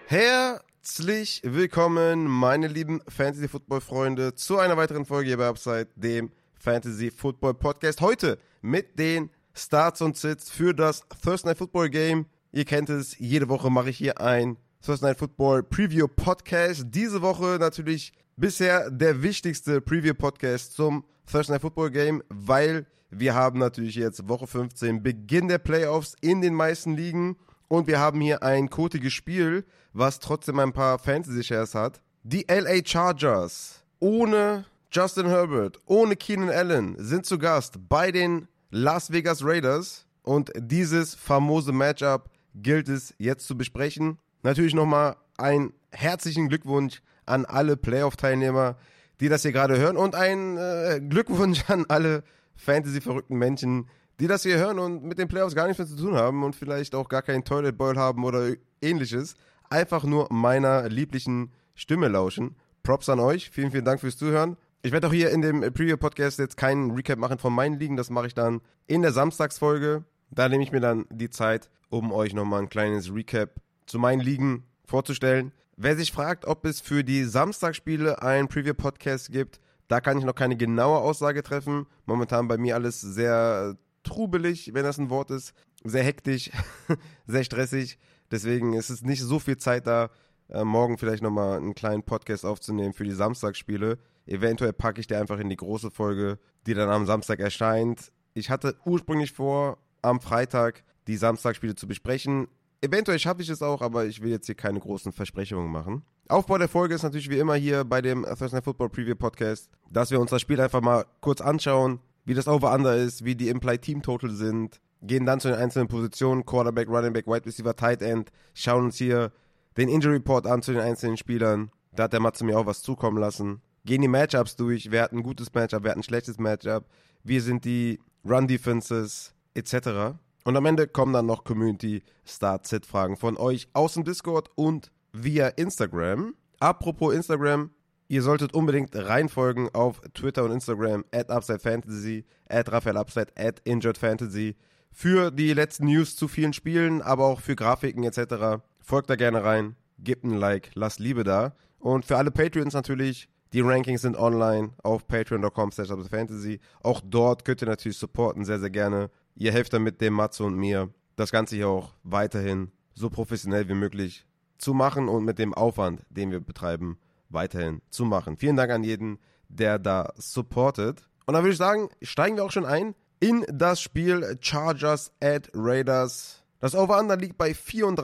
Herzlich willkommen, meine lieben Fantasy-Football-Freunde, zu einer weiteren Folge hier bei Upside, dem Fantasy-Football-Podcast. Heute mit den Starts und Sits für das Thursday Night Football Game. Ihr kennt es, jede Woche mache ich hier ein Thursday Night Football Preview-Podcast. Diese Woche natürlich bisher der wichtigste Preview-Podcast zum Thursday Night Football Game, weil wir haben natürlich jetzt Woche 15, Beginn der Playoffs in den meisten Ligen. Und wir haben hier ein kotiges Spiel, was trotzdem ein paar Fantasy-Shares hat. Die LA Chargers ohne Justin Herbert, ohne Keenan Allen sind zu Gast bei den Las Vegas Raiders. Und dieses famose Matchup gilt es jetzt zu besprechen. Natürlich nochmal einen herzlichen Glückwunsch an alle Playoff-Teilnehmer, die das hier gerade hören. Und einen Glückwunsch an alle Fantasy-verrückten Menschen, die das hier hören und mit den Playoffs gar nichts mehr zu tun haben und vielleicht auch gar keinen Toilet Bowl haben oder ähnliches. Einfach nur meiner lieblichen Stimme lauschen. Props an euch. Vielen, vielen Dank fürs Zuhören. Ich werde auch hier in dem Preview-Podcast jetzt keinen Recap machen von meinen Ligen. Das mache ich dann in der Samstagsfolge. Da nehme ich mir dann die Zeit, um euch nochmal ein kleines Recap zu meinen Ligen vorzustellen. Wer sich fragt, ob es für die Samstagsspiele einen Preview-Podcast gibt, da kann ich noch keine genaue Aussage treffen. Momentan bei mir alles sehr trubelig, wenn das ein Wort ist, sehr hektisch, sehr stressig, deswegen ist es nicht so viel Zeit da, morgen vielleicht nochmal einen kleinen Podcast aufzunehmen für die Samstagsspiele. Eventuell packe ich dir einfach in die große Folge, die dann am Samstag erscheint. Ich hatte ursprünglich vor, am Freitag die Samstagsspiele zu besprechen. Eventuell schaffe ich es auch, aber ich will jetzt hier keine großen Versprechungen machen. Aufbau der Folge ist natürlich wie immer hier bei dem Thursday Night Football Preview Podcast, dass wir uns das Spiel einfach mal kurz anschauen, wie das Over-Under ist, wie die Implied Team Total sind, gehen dann zu den einzelnen Positionen, Quarterback, Running Back, Wide Receiver, Tight End, schauen uns hier den Injury Report an zu den einzelnen Spielern, da hat der Matze mir auch was zukommen lassen, gehen die Matchups durch, wer hat ein gutes Matchup, wer hat ein schlechtes Matchup, wie sind die Run-Defenses, etc. Und am Ende kommen dann noch Community-Start-Sit-Fragen von euch aus dem Discord und via Instagram. Apropos Instagram, ihr solltet unbedingt reinfolgen auf Twitter und Instagram @UpsideFantasy, @RaphaelUpside, @InjuredFantasy für die letzten News zu vielen Spielen, aber auch für Grafiken etc. Folgt da gerne rein, gebt ein Like, lasst Liebe da. Und für alle Patreons natürlich, die Rankings sind online auf patreon.com/UpsideFantasy. Auch dort könnt ihr natürlich supporten, sehr, sehr gerne. Ihr helft damit dem Matze und mir, das Ganze hier auch weiterhin so professionell wie möglich zu machen und mit dem Aufwand, den wir betreiben, weiterhin zu machen. Vielen Dank an jeden, der da supportet. Und dann würde ich sagen, steigen wir auch schon ein in das Spiel Chargers at Raiders. Das Over-Under liegt bei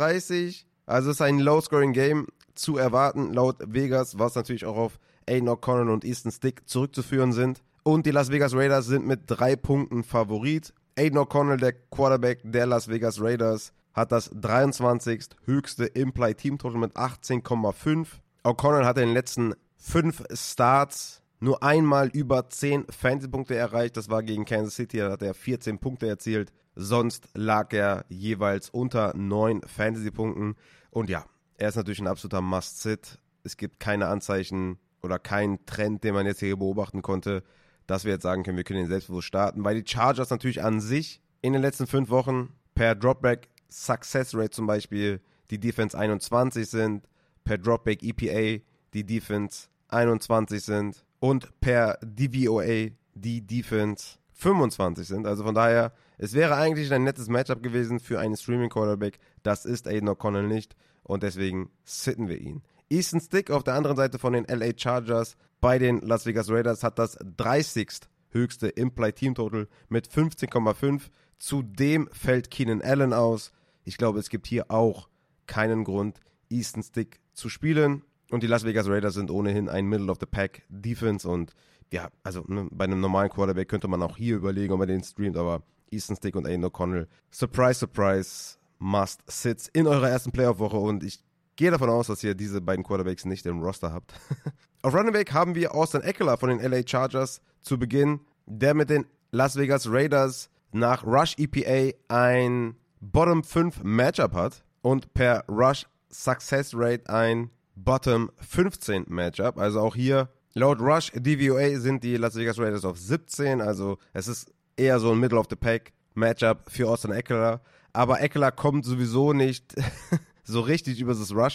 34, also ist ein Low-Scoring-Game zu erwarten, laut Vegas, was natürlich auch auf Aiden O'Connell und Easton Stick zurückzuführen sind. Und die Las Vegas Raiders sind mit 3 Punkten Favorit. Aiden O'Connell, der Quarterback der Las Vegas Raiders, hat das 23. höchste Implied Team Total mit 18,5. O'Connell hat in den letzten 5 Starts nur einmal über 10 Fantasy-Punkte erreicht. Das war gegen Kansas City, da hat er 14 Punkte erzielt. Sonst lag er jeweils unter 9 Fantasy-Punkten. Und ja, er ist natürlich ein absoluter Must-Sit. Es gibt keine Anzeichen oder keinen Trend, den man jetzt hier beobachten konnte, dass wir jetzt sagen können, wir können ihn selbstbewusst starten. Weil die Chargers natürlich an sich in den letzten 5 Wochen per Dropback Success Rate zum Beispiel die Defense 21 sind, per Dropback EPA die Defense 21 sind und per DVOA die Defense 25 sind. Also von daher, es wäre eigentlich ein nettes Matchup gewesen für einen Streaming-Quarterback. Das ist Aiden O'Connell nicht und deswegen sitten wir ihn. Easton Stick auf der anderen Seite von den LA Chargers bei den Las Vegas Raiders hat das 30. höchste Implied Team Total mit 15,5. Zudem fällt Keenan Allen aus. Ich glaube, es gibt hier auch keinen Grund, Easton Stick zu spielen. Und die Las Vegas Raiders sind ohnehin ein Middle-of-the-Pack-Defense. Und ja, also bei einem normalen Quarterback könnte man auch hier überlegen, ob man den streamt. Aber Easton Stick und Aiden O'Connell, surprise, surprise, Must-Sits in eurer ersten Playoff-Woche. Und ich gehe davon aus, dass ihr diese beiden Quarterbacks nicht im Roster habt. Auf Running Back haben wir Austin Ekeler von den LA Chargers zu Beginn, der mit den Las Vegas Raiders nach Rush EPA ein Bottom 5 Matchup hat und per Rush Success Rate ein Bottom 15 Matchup. Also auch hier laut Rush DVOA sind die Las Vegas Raiders auf 17. Also es ist eher so ein Middle of the Pack Matchup für Austin Ekeler. Aber Ekeler kommt sowieso nicht so richtig über das Rushing.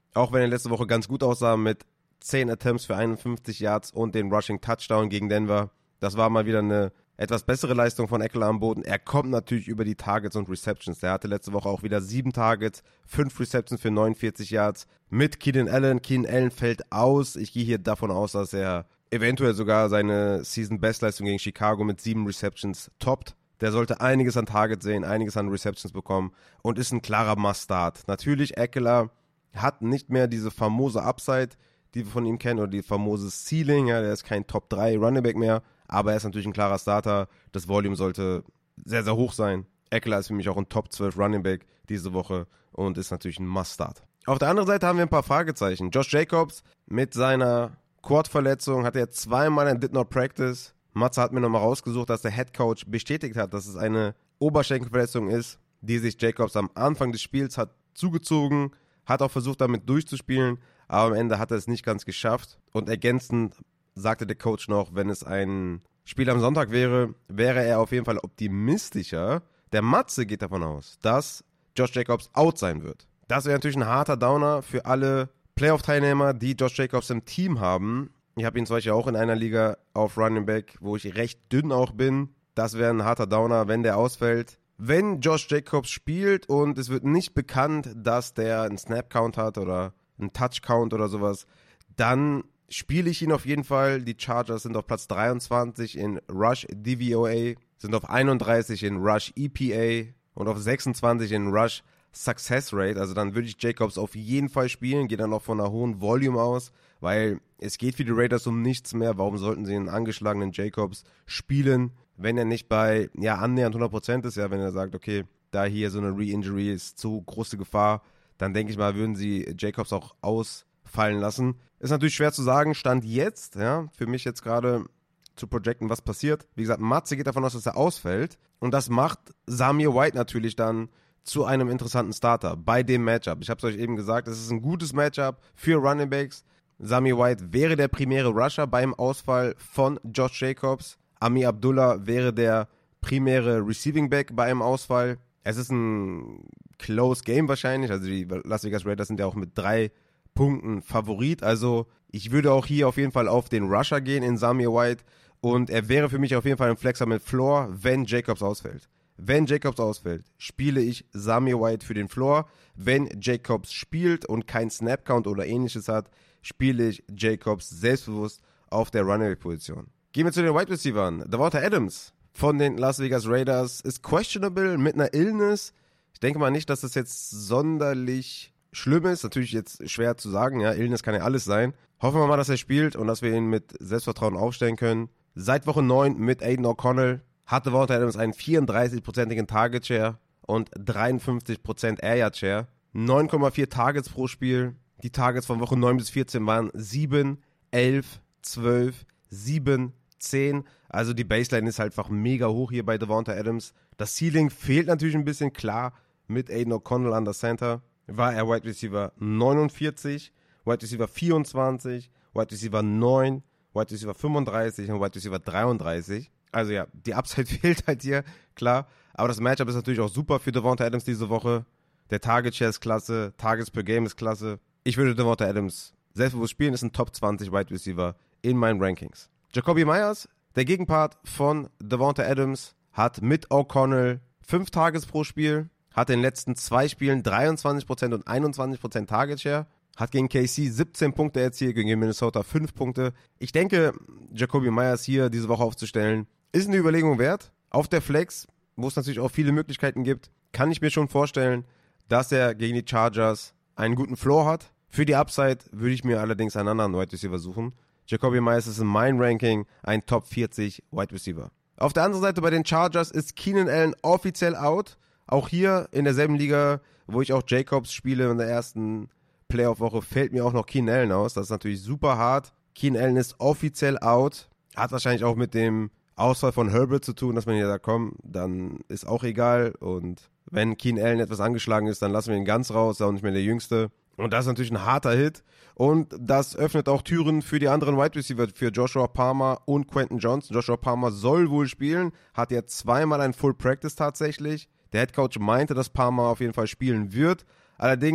Auch wenn er letzte Woche ganz gut aussah mit 10 Attempts für 51 Yards und den Rushing Touchdown gegen Denver. Das war mal wieder eine etwas bessere Leistung von Ekeler am Boden. Er kommt natürlich über die Targets und Receptions. Der hatte letzte Woche auch wieder 7 Targets, 5 Receptions für 49 Yards mit Keenan Allen. Keenan Allen fällt aus. Ich gehe hier davon aus, dass er eventuell sogar seine Season-Bestleistung gegen Chicago mit 7 Receptions toppt. Der sollte einiges an Targets sehen, einiges an Receptions bekommen und ist ein klarer Must-Start. Natürlich, Ekeler hat nicht mehr diese famose Upside, die wir von ihm kennen, oder die famose Ceiling. Ja, der ist kein Top 3 Running Back mehr, aber er ist natürlich ein klarer Starter. Das Volume sollte sehr, sehr hoch sein. Ekeler ist für mich auch ein Top 12 Running Back diese Woche und ist natürlich ein Must-Start. Auf der anderen Seite haben wir ein paar Fragezeichen. Josh Jacobs mit seiner Quad-Verletzung hat er zweimal ein Did Not Practice. Matze hat mir nochmal rausgesucht, dass der Headcoach bestätigt hat, dass es eine Oberschenkelverletzung ist, die sich Jacobs am Anfang des Spiels hat zugezogen, hat auch versucht, damit durchzuspielen, aber am Ende hat er es nicht ganz geschafft. Und ergänzend sagte der Coach noch, wenn es ein Spiel am Sonntag wäre, wäre er auf jeden Fall optimistischer. Der Matze geht davon aus, dass Josh Jacobs out sein wird. Das wäre natürlich ein harter Downer für alle Playoff-Teilnehmer, die Josh Jacobs im Team haben. Ich habe ihn zum Beispiel auch in einer Liga auf Running Back, wo ich recht dünn auch bin. Das wäre ein harter Downer, wenn der ausfällt. Wenn Josh Jacobs spielt und es wird nicht bekannt, dass der einen Snap-Count hat oder einen Touch-Count oder sowas, dann spiele ich ihn auf jeden Fall. Die Chargers sind auf Platz 23 in Rush DVOA, sind auf 31 in Rush EPA und auf 26 in Rush Success Rate. Also dann würde ich Jacobs auf jeden Fall spielen, gehe dann auch von einer hohen Volume aus, weil es geht für die Raiders um nichts mehr. Warum sollten sie einen angeschlagenen Jacobs spielen, wenn er nicht bei annähernd 100% ist? Ja, wenn er sagt, okay, da hier so eine Re-Injury ist zu große Gefahr, dann denke ich mal, würden sie Jacobs auch ausfallen lassen. Ist natürlich schwer zu sagen, Stand jetzt, ja, für mich jetzt gerade zu projecten, was passiert. Wie gesagt, Matze geht davon aus, dass er ausfällt und das macht Zamir White natürlich dann zu einem interessanten Starter bei dem Matchup. Ich habe es euch eben gesagt, es ist ein gutes Matchup für Running Backs. Zamir White wäre der primäre Rusher beim Ausfall von Josh Jacobs. Amir Abdullah wäre der primäre Receiving Back bei einem Ausfall. Es ist ein Close Game wahrscheinlich. Also die Las Vegas Raiders sind ja auch mit 3 Punkten Favorit. Also ich würde auch hier auf jeden Fall auf den Rusher gehen in Zamir White. Und er wäre für mich auf jeden Fall ein Flexer mit Floor, wenn Jacobs ausfällt. Wenn Jacobs ausfällt, spiele ich Zamir White für den Floor. Wenn Jacobs spielt und kein Snap-Count oder ähnliches hat, spiele ich Jacobs selbstbewusst auf der Running-Back-Position. Gehen wir zu den Wide Receivers. Davante Adams von den Las Vegas Raiders ist questionable mit einer Illness. Ich denke mal nicht, dass das jetzt sonderlich schlimm ist. Natürlich jetzt schwer zu sagen. Ja, Illness kann ja alles sein. Hoffen wir mal, dass er spielt und dass wir ihn mit Selbstvertrauen aufstellen können. Seit Woche 9 mit Aiden O'Connell hat Davante Adams einen 34%igen Target Share und 53% Air Yard Share. 9,4 Targets pro Spiel. Die Targets von Woche 9 bis 14 waren 7, 11, 12, 7, 10. Also die Baseline ist halt einfach mega hoch hier bei Davante Adams. Das Ceiling fehlt natürlich ein bisschen, klar. Mit Aiden O'Connell an der Center war er Wide Receiver 49, Wide Receiver 24, Wide Receiver 9, Wide Receiver 35 und Wide Receiver 33. Also ja, die Upside fehlt halt hier, klar. Aber das Matchup ist natürlich auch super für Davante Adams diese Woche. Der Target Share ist klasse, Targets per Game ist klasse. Ich würde Davante Adams selbstbewusst spielen, ist ein Top 20 Wide Receiver in meinen Rankings. Jakobi Meyers, der Gegenpart von Davante Adams, hat mit O'Connell 5 Targets pro Spiel, hat in den letzten 2 Spielen 23% und 21% Target Share, hat gegen KC 17 Punkte erzielt, gegen Minnesota 5 Punkte. Ich denke, Jakobi Meyers hier diese Woche aufzustellen, ist eine Überlegung wert. Auf der Flex, wo es natürlich auch viele Möglichkeiten gibt, kann ich mir schon vorstellen, dass er gegen die Chargers einen guten Floor hat. Für die Upside würde ich mir allerdings einen anderen Wide Receiver suchen. Jakobi Meyers ist in meinem Ranking ein Top 40 Wide Receiver. Auf der anderen Seite bei den Chargers ist Keenan Allen offiziell out. Auch hier in derselben Liga, wo ich auch Jacobs spiele in der ersten Playoff-Woche, fällt mir auch noch Keenan Allen aus. Das ist natürlich super hart. Keenan Allen ist offiziell out. Hat wahrscheinlich auch mit dem Ausfall von Herbert zu tun, dass man hier sagt, komm, dann ist auch egal. Und wenn Keenan Allen etwas angeschlagen ist, dann lassen wir ihn ganz raus. Ist auch nicht mehr der Jüngste. Und das ist natürlich ein harter Hit. Und das öffnet auch Türen für die anderen Wide Receiver, für Joshua Palmer und Quentin Johnson. Joshua Palmer soll wohl spielen, hat ja zweimal ein Full Practice tatsächlich. Der Headcoach meinte, dass Palmer auf jeden Fall spielen wird. Allerdings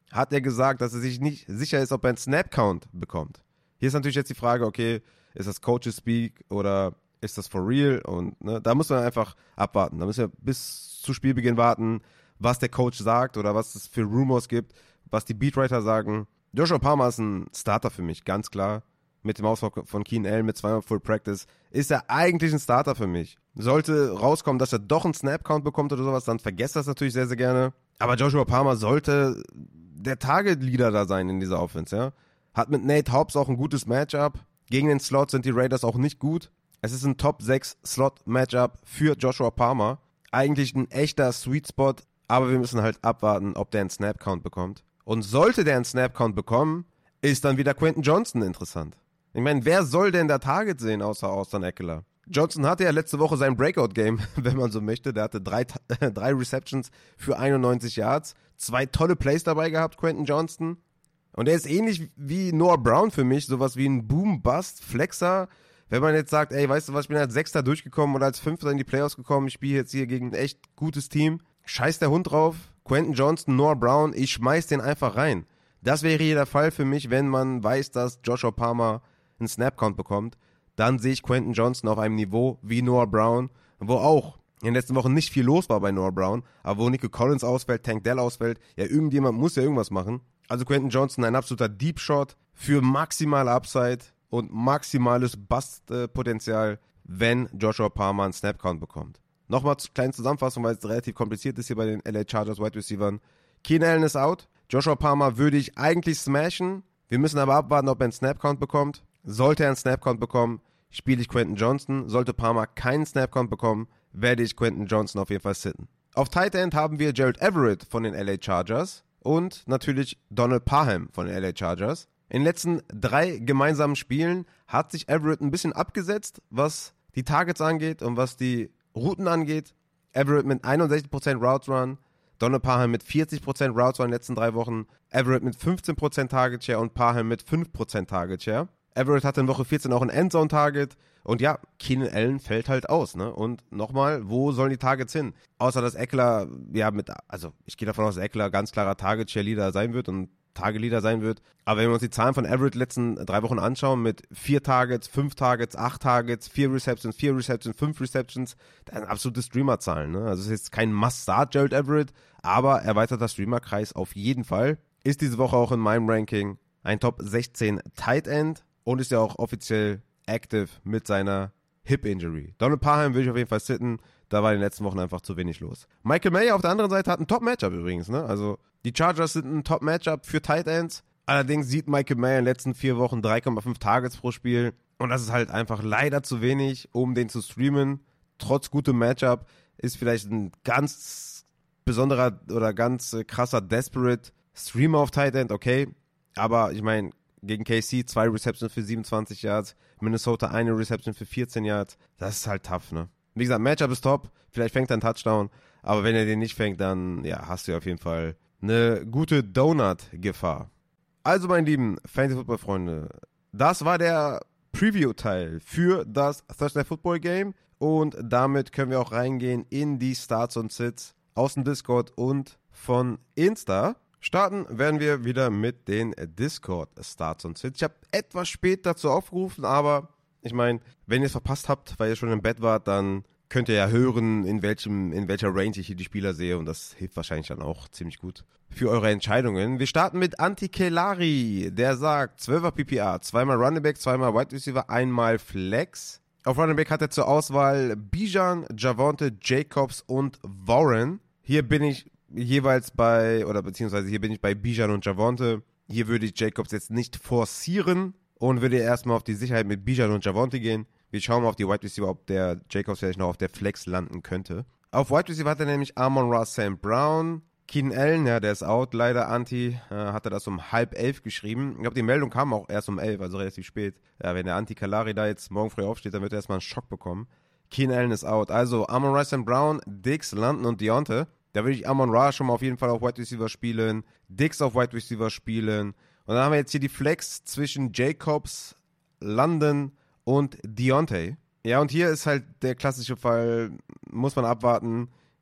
hat er gesagt, dass er sich nicht sicher ist, ob er einen Snap-Count bekommt. Hier ist natürlich jetzt die Frage, okay, ist das Coaches-Speak oder ist das for real? Und ne, da muss man einfach abwarten. Da müssen wir bis zu Spielbeginn warten, was der Coach sagt oder was es für Rumors gibt, was die Beatwriter sagen. Joshua Palmer ist ein Starter für mich, ganz klar. Mit dem Ausfall von Keenan Allen mit 2-mal Full Practice ist er eigentlich ein Starter für mich. Sollte rauskommen, dass er doch einen Snap-Count bekommt oder sowas, dann vergesst das natürlich sehr, sehr gerne. Aber Joshua Palmer sollte der Target-Leader da sein in dieser Offense, ja. Hat mit Nate Hobbs auch ein gutes Matchup. Gegen den Slot sind die Raiders auch nicht gut. Es ist ein Top-6-Slot-Matchup für Joshua Palmer. Eigentlich ein echter Sweet Spot, aber wir müssen halt abwarten, ob der einen Snap-Count bekommt. Und sollte der einen Snap-Count bekommen, ist dann wieder Quentin Johnston interessant. Ich meine, wer soll denn da Target sehen, außer Austin Ekeler? Johnson hatte ja letzte Woche sein Breakout-Game, wenn man so möchte. Der hatte drei Receptions für 91 Yards. 2 tolle Plays dabei gehabt, Quentin Johnston. Und er ist ähnlich wie Noah Brown für mich, sowas wie ein Boom-Bust-Flexer. Wenn man jetzt sagt, ey, weißt du was, ich bin als Sechster durchgekommen oder als Fünfter in die Playoffs gekommen, ich spiele jetzt hier gegen ein echt gutes Team. Scheiß der Hund drauf. Quentin Johnston, Noah Brown, ich schmeiß den einfach rein. Das wäre hier der Fall für mich, wenn man weiß, dass Joshua Palmer einen Snap-Count bekommt. Dann sehe ich Quentin Johnston auf einem Niveau wie Noah Brown, wo auch in den letzten Wochen nicht viel los war bei Noah Brown, aber wo Nico Collins ausfällt, Tank Dell ausfällt, ja, irgendjemand muss ja irgendwas machen. Also Quentin Johnston, ein absoluter Deep Shot für maximale Upside und maximales Bust-Potenzial, wenn Joshua Palmer einen Snap-Count bekommt. Nochmal zur kleinen Zusammenfassung, weil es relativ kompliziert ist hier bei den LA Chargers Wide Receivers. Keenan Allen ist out. Joshua Palmer würde ich eigentlich smashen. Wir müssen aber abwarten, ob er einen Snap-Count bekommt. Sollte er einen Snap-Count bekommen, spiele ich Quentin Johnston. Sollte Palmer keinen Snap-Count bekommen, werde ich Quentin Johnston auf jeden Fall sitten. Auf Tight End haben wir Gerald Everett von den LA Chargers und natürlich Donald Parham von den LA Chargers. In den letzten 3 gemeinsamen Spielen hat sich Everett ein bisschen abgesetzt, was die Targets angeht und was die Routen angeht. Everett mit 61% Routes Run, Donald Parham mit 40% Routes Run in den letzten 3 Wochen, Everett mit 15% Target Share und Parham mit 5% Target Share. Everett hatte in Woche 14 auch ein Endzone-Target und ja, Keenan Allen fällt halt aus, ne? Und nochmal, wo sollen die Targets hin? Außer dass Ekeler, ja, ich gehe davon aus, dass Ekeler ganz klarer Target-Share-Leader sein wird und Target-Leader sein wird. Aber wenn wir uns die Zahlen von Everett letzten 3 Wochen anschauen, mit 4 Targets, 5 Targets, 8 Targets, 4 Receptions, 4 Receptions, 5 Receptions, das sind absolute Streamer-Zahlen, ne? Also es ist jetzt kein Must-Start Gerald Everett, aber erweiterter Streamer-Kreis auf jeden Fall. Ist diese Woche auch in meinem Ranking ein Top 16 Tight End und ist ja auch offiziell active mit seiner Hip-Injury. Donald Parham will ich auf jeden Fall sitten, da war in den letzten Wochen einfach zu wenig los. Michael Mayer auf der anderen Seite hat ein Top-Matchup übrigens, ne? Also die Chargers sind ein Top-Matchup für Tight Ends. Allerdings sieht Michael Mayer in den letzten 4 Wochen 3,5 Targets pro Spiel. Und das ist halt einfach leider zu wenig, um den zu streamen. Trotz gutem Matchup ist vielleicht ein ganz besonderer oder ganz krasser Desperate Streamer auf Tight End, okay. Aber ich meine, gegen KC 2 Receptions für 27 Yards, Minnesota 1 Reception für 14 Yards. Das ist halt tough, ne? Wie gesagt, Matchup ist top. Vielleicht fängt er einen Touchdown. Aber wenn er den nicht fängt, dann ja, hast du ja auf jeden Fall eine gute Donut-Gefahr. Also, meine lieben Fantasy-Football-Freunde, das war der Preview-Teil für das Thursday Football Game und damit können wir auch reingehen in die Starts und Sits aus dem Discord und von Insta. Starten werden wir wieder mit den Discord Starts und Sits. Ich habe etwas spät dazu aufgerufen, aber ich meine, wenn ihr es verpasst habt, weil ihr schon im Bett wart, dann könnt ihr ja hören, in welcher Range ich hier die Spieler sehe und das hilft wahrscheinlich dann auch ziemlich gut für eure Entscheidungen. Wir starten mit Anti-Kelari, der sagt 12er PPA, 2-mal Running Back, 2-mal Wide Receiver, 1-mal Flex. Auf Running Back hat er zur Auswahl Bijan, Javonte, Jacobs und Warren. Hier bin ich jeweils hier bin ich bei Bijan und Javonte. Hier würde ich Jacobs jetzt nicht forcieren und würde erstmal auf die Sicherheit mit Bijan und Javonte gehen. Wir schauen mal auf die Wide Receiver, ob der Jacobs vielleicht noch auf der Flex landen könnte. Auf Wide Receiver hat er nämlich Amon-Ra St. Brown. Keenan Allen, ja, der ist out, leider hat er das um 10:30 geschrieben. Ich glaube, die Meldung kam auch erst um 11, also relativ spät. Ja, wenn der Anti-Kalari da jetzt morgen früh aufsteht, dann wird er erstmal einen Schock bekommen. Keenan Allen ist out. Also Amon-Ra St. Brown, Diggs, London und Deonte. Da würde ich Amon-Ra schon mal auf jeden Fall auf Wide Receiver spielen, Diggs auf Wide Receiver spielen. Und dann haben wir jetzt hier die Flex zwischen Jacobs, London und Deonte. Ja, und hier ist halt der klassische Fall, muss man abwarten,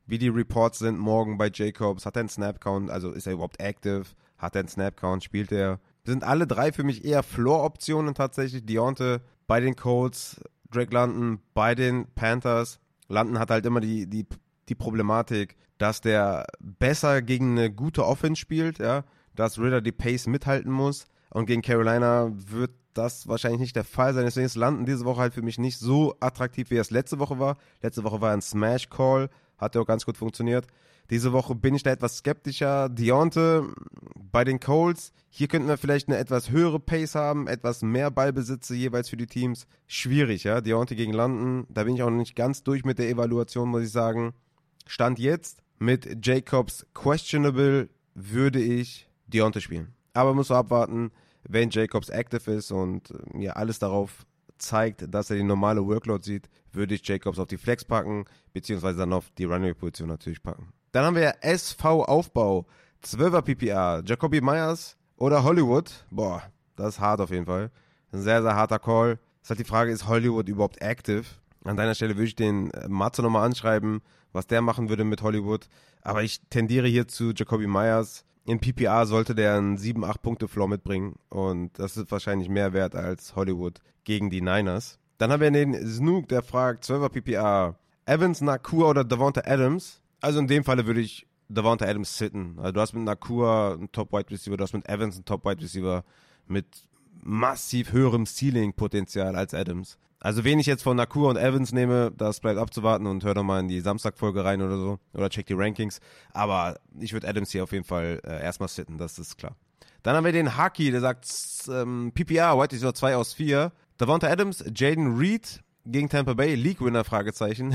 wie die Reports sind morgen bei Jacobs. Hat er einen Snap-Count? Also ist er überhaupt active? Hat er einen Snap-Count? Spielt er? Sind alle drei für mich eher Floor-Optionen tatsächlich. Deontay bei den Colts, Drake London bei den Panthers. London hat halt immer die Problematik, dass der besser gegen eine gute Offense spielt, ja, dass Ridder die Pace mithalten muss. Und gegen Carolina wird das wahrscheinlich nicht der Fall sein. Deswegen ist London diese Woche halt für mich nicht so attraktiv, wie es letzte Woche war. Letzte Woche war ein Smash-Call, hat ja auch ganz gut funktioniert. Diese Woche bin ich da etwas skeptischer. Deontay bei den Colts, hier könnten wir vielleicht eine etwas höhere Pace haben, etwas mehr Ballbesitze jeweils für die Teams. Schwierig, ja. Deontay gegen London, da bin ich auch noch nicht ganz durch mit der Evaluation, muss ich sagen. Stand jetzt mit Jacobs questionable würde ich Deontay spielen. Aber muss abwarten, wenn Jacobs active ist und mir alles darauf zeigt, dass er die normale Workload sieht, würde ich Jacobs auf die Flex packen, beziehungsweise dann auf die Runway-Position natürlich packen. Dann haben wir SV-Aufbau, 12er PPR, Jacoby Myers oder Hollywood. Boah, das ist hart auf jeden Fall. Ein sehr, sehr harter Call. Ist halt die Frage, ist Hollywood überhaupt active? An deiner Stelle würde ich den Matze nochmal anschreiben, was der machen würde mit Hollywood. Aber ich tendiere hier zu Jacoby Myers. In PPR sollte der einen 7-8 Punkte Floor mitbringen und das ist wahrscheinlich mehr wert als Hollywood gegen die Niners. Dann haben wir den Snook, der fragt, 12er PPR, Evans, Nakua oder Davante Adams? Also in dem Falle würde ich Davante Adams sitten. Also du hast mit Nakua einen Top-Wide Receiver, du hast mit Evans einen Top-Wide Receiver mit massiv höherem Ceiling-Potenzial als Adams. Also wen ich jetzt von Nakua und Evans nehme, das bleibt abzuwarten und hör doch mal in die Samstagfolge rein oder so. Oder check die Rankings. Aber ich würde Adams hier auf jeden Fall erstmal sitten, das ist klar. Dann haben wir den Haki, der sagt PPR, White Receiver 2 aus 4. Davante Adams, Jaden Reed gegen Tampa Bay, League-Winner, Fragezeichen.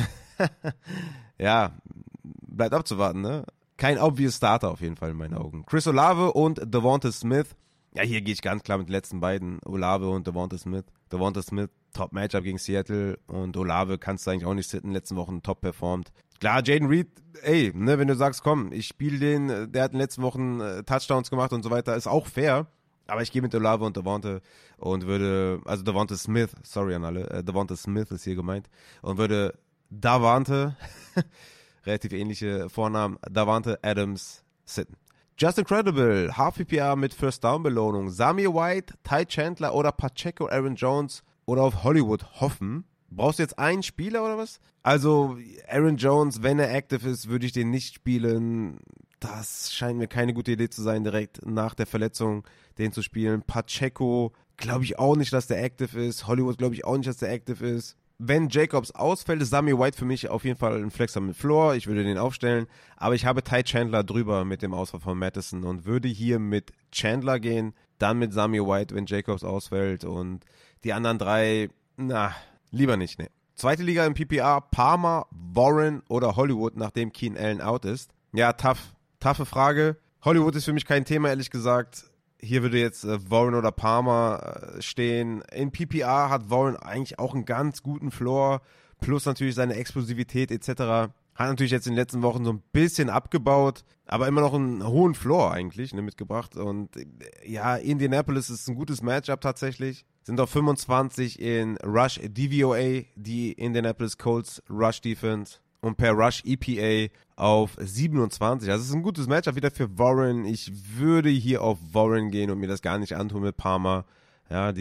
Ja, bleibt abzuwarten, ne? Kein obvious Starter auf jeden Fall in meinen Augen. Chris Olave und Devonta Smith. Ja, hier gehe ich ganz klar mit den letzten beiden. Olave und Devonta Smith. Devonta Smith, Top-Matchup gegen Seattle. Und Olave kannst du eigentlich auch nicht sitten. In den letzten Wochen top performt. Klar, Jaden Reed, ne, wenn du sagst, komm, ich spiele den, der hat in den letzten Wochen Touchdowns gemacht und so weiter, ist auch fair. Aber ich gehe mit Olave und Devonta und würde, also Devonta Smith, sorry an alle, Devonta Smith ist hier gemeint. Und würde Davante, relativ ähnliche Vornamen, Davante Adams sitten. Just Incredible, Half PPR mit First Down Belohnung. Samir White, Ty Chandler oder Pacheco, Aaron Jones oder auf Hollywood hoffen. Brauchst du jetzt einen Spieler oder was? Also Aaron Jones, wenn er active ist, würde ich den nicht spielen. Das scheint mir keine gute Idee zu sein, direkt nach der Verletzung den zu spielen. Pacheco, glaube ich auch nicht, dass der active ist. Hollywood, glaube ich auch nicht, dass der active ist. Wenn Jacobs ausfällt, ist Samir White für mich auf jeden Fall ein Flexer mit Floor. Ich würde den aufstellen. Aber ich habe Ty Chandler drüber mit dem Ausfall von Mattison und würde hier mit Chandler gehen, dann mit Samir White, wenn Jacobs ausfällt. Und die anderen drei, lieber nicht, ne. Zweite Liga im PPR, Palmer, Warren oder Hollywood, nachdem Keenan Allen out ist. Ja, taffe Frage. Hollywood ist für mich kein Thema, ehrlich gesagt. Hier würde jetzt Warren oder Palmer stehen. In PPR hat Warren eigentlich auch einen ganz guten Floor, plus natürlich seine Explosivität etc. Hat natürlich jetzt in den letzten Wochen so ein bisschen abgebaut, aber immer noch einen hohen Floor eigentlich, ne, mitgebracht. Und ja, Indianapolis ist ein gutes Matchup tatsächlich. Sind auf 25 in Rush DVOA, die Indianapolis Colts Rush Defense. Und per Rush EPA auf 27. Also es ist ein gutes Matchup wieder für Warren. Ich würde hier auf Warren gehen und mir das gar nicht antun mit Palmer. Ja,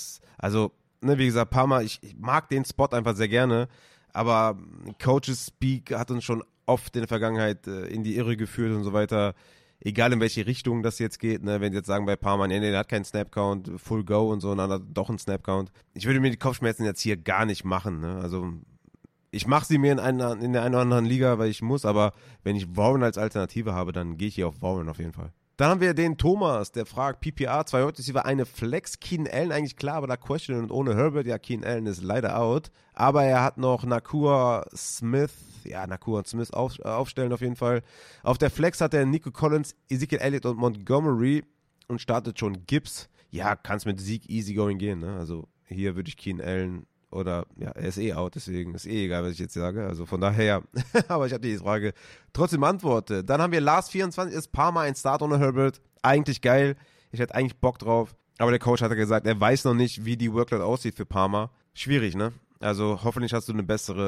wie gesagt, Palmer, ich mag den Spot einfach sehr gerne. Aber Coaches Speak hat uns schon oft in der Vergangenheit in die Irre geführt und so weiter. Egal in welche Richtung das jetzt geht, ne, wenn sie jetzt sagen bei Palmer, nee, der hat keinen Snap-Count, Full Go und so, und dann hat er doch einen Snap-Count. Ich würde mir die Kopfschmerzen jetzt hier gar nicht machen, ne, also ich mache sie mir in der einen oder anderen Liga, weil ich muss, aber wenn ich Warren als Alternative habe, dann gehe ich hier auf Warren auf jeden Fall. Dann haben wir den Thomas, der fragt, PPR, 2 Wide Receiver, eine Flex, Keenan Allen eigentlich klar, aber da Question und ohne Herbert, ja, Keenan Allen ist leider out, aber er hat noch Nakua und Smith aufstellen auf jeden Fall. Auf der Flex hat er Nico Collins, Ezekiel Elliott und Montgomery und startet schon Gibbs. Ja, kannst mit Zeke easygoing gehen, ne? Also hier würde ich Keenan Allen oder, ja, er ist out, deswegen ist egal, was ich jetzt sage. Also von daher, aber ich habe die Frage trotzdem beantwortet. Dann haben wir Last 24, ist Palmer ein Start ohne Herbert. Eigentlich geil, ich hätte eigentlich Bock drauf. Aber der Coach hat ja gesagt, er weiß noch nicht, wie die Workload aussieht für Palmer. Schwierig, ne? Also hoffentlich hast du eine bessere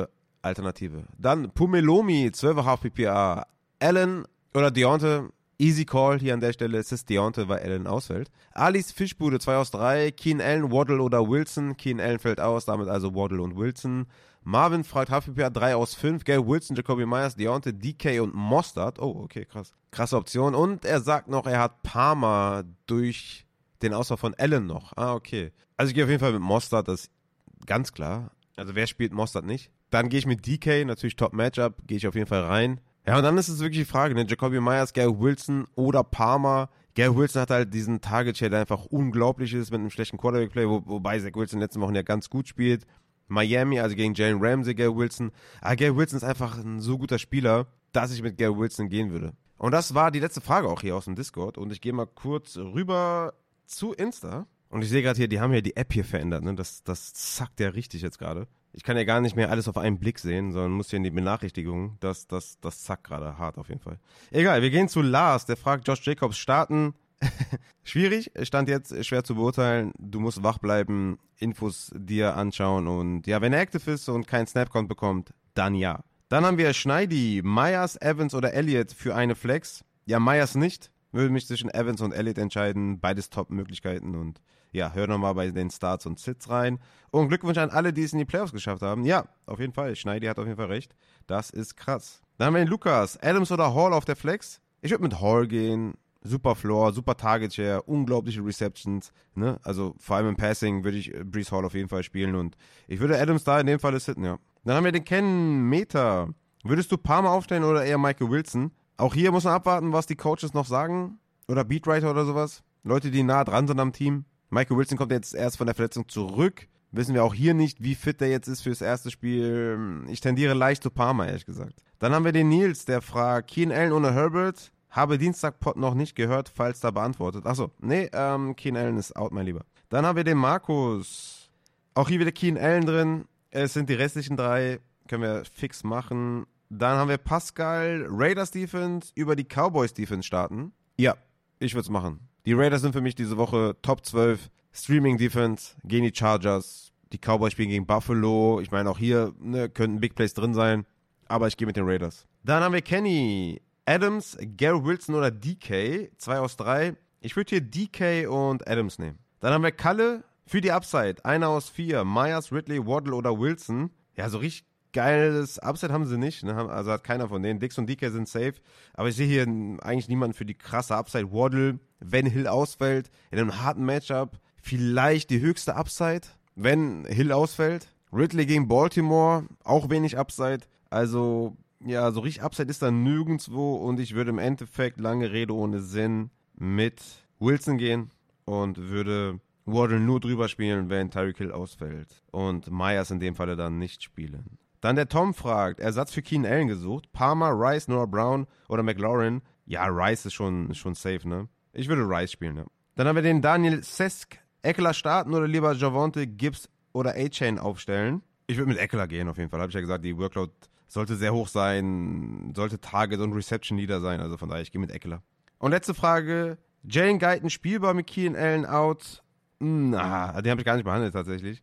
Alternative. Dann Pumelomi, 12,5 PPA. Allen oder Deontay, easy call hier an der Stelle. Es ist Deontay, weil Allen ausfällt. Alice Fischbude, 2 aus 3. Keen Allen, Waddle oder Wilson. Keen Allen fällt aus, damit also Waddle und Wilson. Marvin fragt HPPA 3 aus 5. Gary Wilson, Jacoby Myers, Deontay, DK und Mostert. Oh, okay, krass. Krasse Option. Und er sagt noch, er hat Palmer durch den Ausfall von Allen noch. Ah, okay. Also ich gehe auf jeden Fall mit Mostert, das ist ganz klar. Also wer spielt Mostert nicht? Dann gehe ich mit DK, natürlich Top-Matchup, gehe ich auf jeden Fall rein. Ja, und dann ist es wirklich die Frage, ne? Jacoby Myers, Gary Wilson oder Palmer. Gary Wilson hat halt diesen Target-Share, der einfach unglaublich ist mit einem schlechten Quarterback-Play, wobei Zach Wilson in den letzten Wochen ja ganz gut spielt. Miami, also gegen Jalen Ramsey, Gary Wilson. Aber Gary Wilson ist einfach ein so guter Spieler, dass ich mit Gary Wilson gehen würde. Und das war die letzte Frage auch hier aus dem Discord. Und ich gehe mal kurz rüber zu Insta. Und ich sehe gerade hier, die haben ja die App hier verändert. Ne? Das zackt ja richtig jetzt gerade. Ich kann ja gar nicht mehr alles auf einen Blick sehen, sondern muss hier in die Benachrichtigungen. Das zackt gerade hart auf jeden Fall. Egal, wir gehen zu Lars. Der fragt, Josh Jacobs starten. Schwierig, stand jetzt schwer zu beurteilen. Du musst wach bleiben, Infos dir anschauen. Und ja, wenn er active ist und keinen Snap-Count bekommt, dann ja. Dann haben wir Schneidi, Myers, Evans oder Elliott für eine Flex. Ja, Myers nicht. Würde mich zwischen Evans und Elliott entscheiden. Beides Top-Möglichkeiten. Und ja, hör nochmal bei den Starts und Sits rein. Und Glückwunsch an alle, die es in die Playoffs geschafft haben. Ja, auf jeden Fall. Schneidi hat auf jeden Fall recht. Das ist krass. Dann haben wir den Lukas. Adams oder Hall auf der Flex? Ich würde mit Hall gehen. Super Floor, super Target Share, unglaubliche Receptions. Ne? Also vor allem im Passing würde ich Breece Hall auf jeden Fall spielen. Und ich würde Adams da in dem Fall sitten, ja. Dann haben wir den Ken Meter. Würdest du Palmer aufstellen oder eher Michael Wilson? Auch hier muss man abwarten, was die Coaches noch sagen. Oder Beatwriter oder sowas. Leute, die nah dran sind am Team. Michael Wilson kommt jetzt erst von der Verletzung zurück. Wissen wir auch hier nicht, wie fit der jetzt ist fürs erste Spiel. Ich tendiere leicht zu Palmer, ehrlich gesagt. Dann haben wir den Nils, der fragt, Keen Allen ohne Herbert. Habe Dienstag-Pod noch nicht gehört, falls da beantwortet. Achso, nee, Keen Allen ist out, mein Lieber. Dann haben wir den Markus. Auch hier wieder Keen Allen drin. Es sind die restlichen 3. Können wir fix machen. Dann haben wir Pascal, Raiders Defense über die Cowboys Defense starten. Ja, ich würde es machen. Die Raiders sind für mich diese Woche Top 12 Streaming Defense gegen die Chargers. Die Cowboys spielen gegen Buffalo. Ich meine, auch hier könnten Big Plays drin sein. Aber ich gehe mit den Raiders. Dann haben wir Kenny, Adams, Gary Wilson oder DK. 2 aus 3. Ich würde hier DK und Adams nehmen. Dann haben wir Kalle für die Upside. 1 aus 4. Myers, Ridley, Waddle oder Wilson. Ja, so richtig geiles Upside haben sie nicht. Ne? Also hat keiner von denen. Dix und DK sind safe. Aber ich sehe hier eigentlich niemanden für die krasse Upside. Waddle, wenn Hill ausfällt, in einem harten Matchup, vielleicht die höchste Upside, wenn Hill ausfällt. Ridley gegen Baltimore, auch wenig Upside. Also ja, so richtig Upside ist da nirgendwo und ich würde im Endeffekt, lange Rede ohne Sinn, mit Wilson gehen und würde Waddle nur drüber spielen, wenn Tyreek Hill ausfällt und Myers in dem Falle dann nicht spielen. Dann der Tom fragt, Ersatz für Keenan Allen gesucht, Palmer, Rice, Noah Brown oder McLaurin. Ja, Rice ist schon safe, ne? Ich würde Rice spielen, ja. Dann haben wir den Daniel Sesk, Eckler starten oder lieber Javonte, Gibbs oder A-Chain aufstellen. Ich würde mit Eckler gehen auf jeden Fall, habe ich ja gesagt, die Workload sollte sehr hoch sein, sollte Target und Reception Leader sein, also von daher, ich gehe mit Eckler. Und letzte Frage, Jalen Guyton spielbar mit Keenan Allen out? Den habe ich gar nicht behandelt tatsächlich.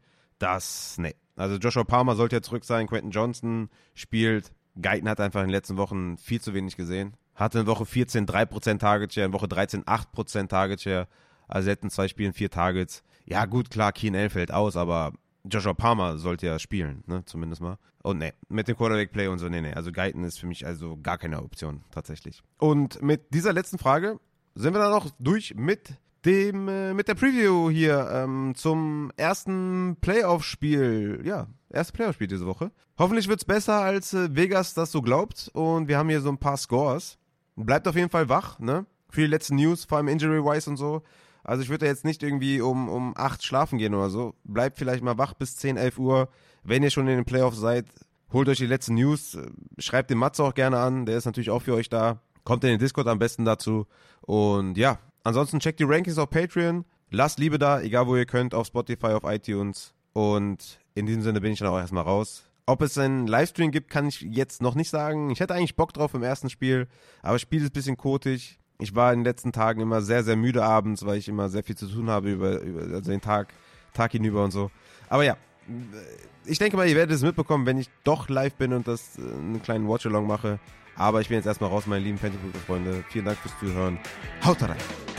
Nee. Also Joshua Palmer sollte ja zurück sein, Quentin Johnson spielt. Guyton hat einfach in den letzten Wochen viel zu wenig gesehen. Hatte in Woche 14 3% Target Share, in Woche 13 8% Target Share. Also er hat in 2 Spielen 4 Targets. Ja gut, klar, Keenan Allen fällt aus, aber Joshua Palmer sollte ja spielen, ne, zumindest mal. Und ne, mit dem Quarterback-Play und so, nee. Also Guyton ist für mich also gar keine Option, tatsächlich. Und mit dieser letzten Frage sind wir dann noch durch mit der Preview hier zum ersten Playoff-Spiel. Ja, erste Playoff-Spiel diese Woche. Hoffentlich wird es besser, als Vegas das so glaubt. Und wir haben hier so ein paar Scores. Bleibt auf jeden Fall wach, ne? Für die letzten News, vor allem Injury-wise und so. Also ich würde jetzt nicht irgendwie um 8 schlafen gehen oder so. Bleibt vielleicht mal wach bis 10, 11 Uhr. Wenn ihr schon in den Playoffs seid, holt euch die letzten News. Schreibt den Matze auch gerne an. Der ist natürlich auch für euch da. Kommt in den Discord am besten dazu. Und ja, ansonsten checkt die Rankings auf Patreon. Lasst Liebe da, egal wo ihr könnt, auf Spotify, auf iTunes. Und in diesem Sinne bin ich dann auch erstmal raus. Ob es einen Livestream gibt, kann ich jetzt noch nicht sagen. Ich hätte eigentlich Bock drauf im ersten Spiel, aber das Spiel ist ein bisschen kotig. Ich war in den letzten Tagen immer sehr, sehr müde abends, weil ich immer sehr viel zu tun habe über also den Tag hinüber und so. Aber ja, ich denke mal, ihr werdet es mitbekommen, wenn ich doch live bin und das einen kleinen Watch-Along mache. Aber ich bin jetzt erstmal raus, meine lieben Fantasy-Football-Freunde. Vielen Dank fürs Zuhören. Haut rein!